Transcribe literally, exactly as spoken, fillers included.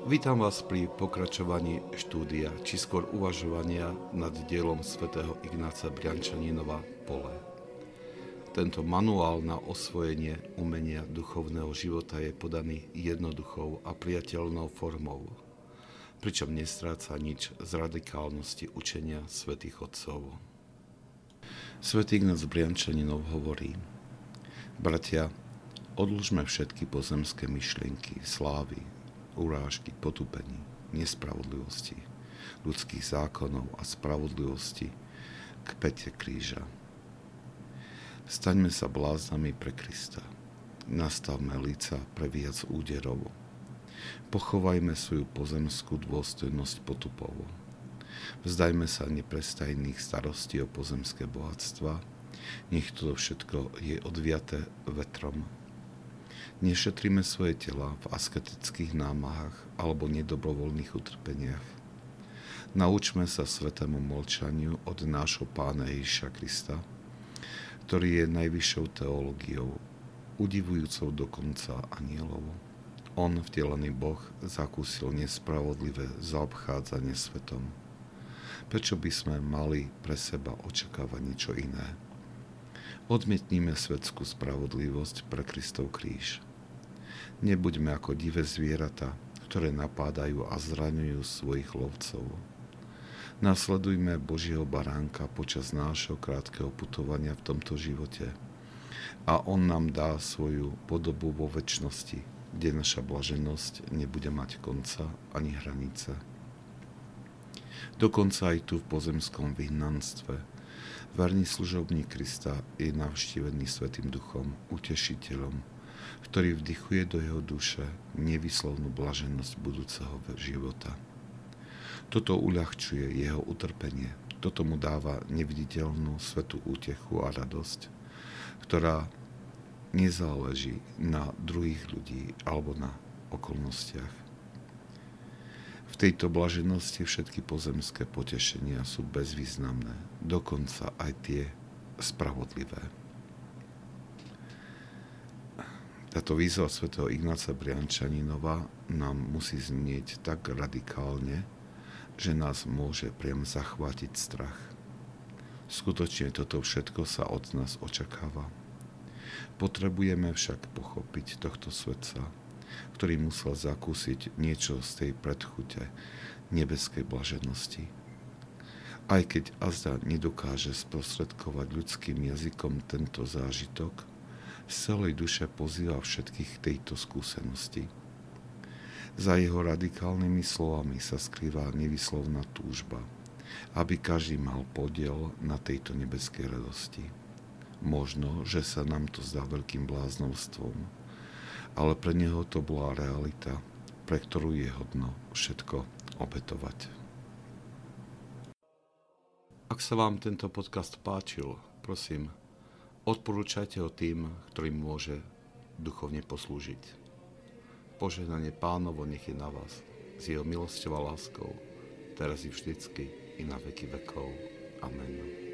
Vítam vás pri pokračovaní štúdia, či skôr uvažovania nad dielom svätého Ignáca Briančaninova Pole. Tento manuál na osvojenie umenia duchovného života je podaný jednoduchou a priateľnou formou, pričom nestráca nič z radikálnosti učenia svätých otcov. Svätý Ignác Briančaninov hovorí: Bratia, odložme všetky pozemské myšlienky, slávy, urážky, potupení, nespravodlivosti, ľudských zákonov a spravodlivosti k päte kríža. Staňme sa bláznami pre Krista. Nastavme líca pre viac úderov. Pochovajme svoju pozemskú dôstojnosť potupov. Vzdajme sa neprestajných starostí o pozemské bohatstva. Nech to všetko je odviaté vetrom. Nešetríme svoje tela v asketických námahách alebo nedobrovoľných utrpeniach. Naučme sa svätému molčaniu od nášho Pána Ježiša Krista, ktorý je najvyššou teológiou, udivujúcou dokonca anielov. On, vtelený Boh, zakúsil nespravodlivé zaobchádzanie svetom. Prečo by sme mali pre seba očakávať niečo iné? Odmietnime svetskú spravodlivosť pre Kristov kríž. Nebuďme ako divé zvieratá, ktoré napádajú a zraňujú svojich lovcov. Nasledujme Božieho baránka počas nášho krátkeho putovania v tomto živote a on nám dá svoju podobu vo večnosti, kde naša blaženosť nebude mať konca ani hranice. Dokonca aj tu v pozemskom vyhnanstve verný služobník Krista je navštívený Svätým Duchom, utešiteľom, ktorý vdychuje do jeho duše nevyslovnú blaženosť budúceho života. Toto uľahčuje jeho utrpenie, toto mu dáva neviditeľnú svätú útechu a radosť, ktorá nezáleží na druhých ľudí alebo na okolnostiach. V tejto blaženosti všetky pozemské potešenia sú bezvýznamné, dokonca aj tie spravodlivé. Táto výzva svätého Ignáca Briančaninova nám musí znieť tak radikálne, že nás môže priam zachvátiť strach. Skutočne toto všetko sa od nás očakáva. Potrebujeme však pochopiť tohto svetca, ktorý musel zakúsiť niečo z tej predchute nebeskej blaženosti. Aj keď azda nedokáže sprostredkovať ľudským jazykom tento zážitok, z celej duše pozýva všetkých k tejto skúsenosti. Za jeho radikálnymi slovami sa skrýva nevyslovná túžba, aby každý mal podiel na tejto nebeskej radosti. Možno, že sa nám to zdá veľkým bláznovstvom, ale pre neho to bola realita, pre ktorú je hodno všetko obetovať. Ak sa vám tento podcast páčil, prosím, odporúčajte ho tým, ktorým môže duchovne poslúžiť. Požehnanie Pánovo nech je na vás, s jeho milosťou a láskou, teraz i vždycky, i na veky vekov. Amen.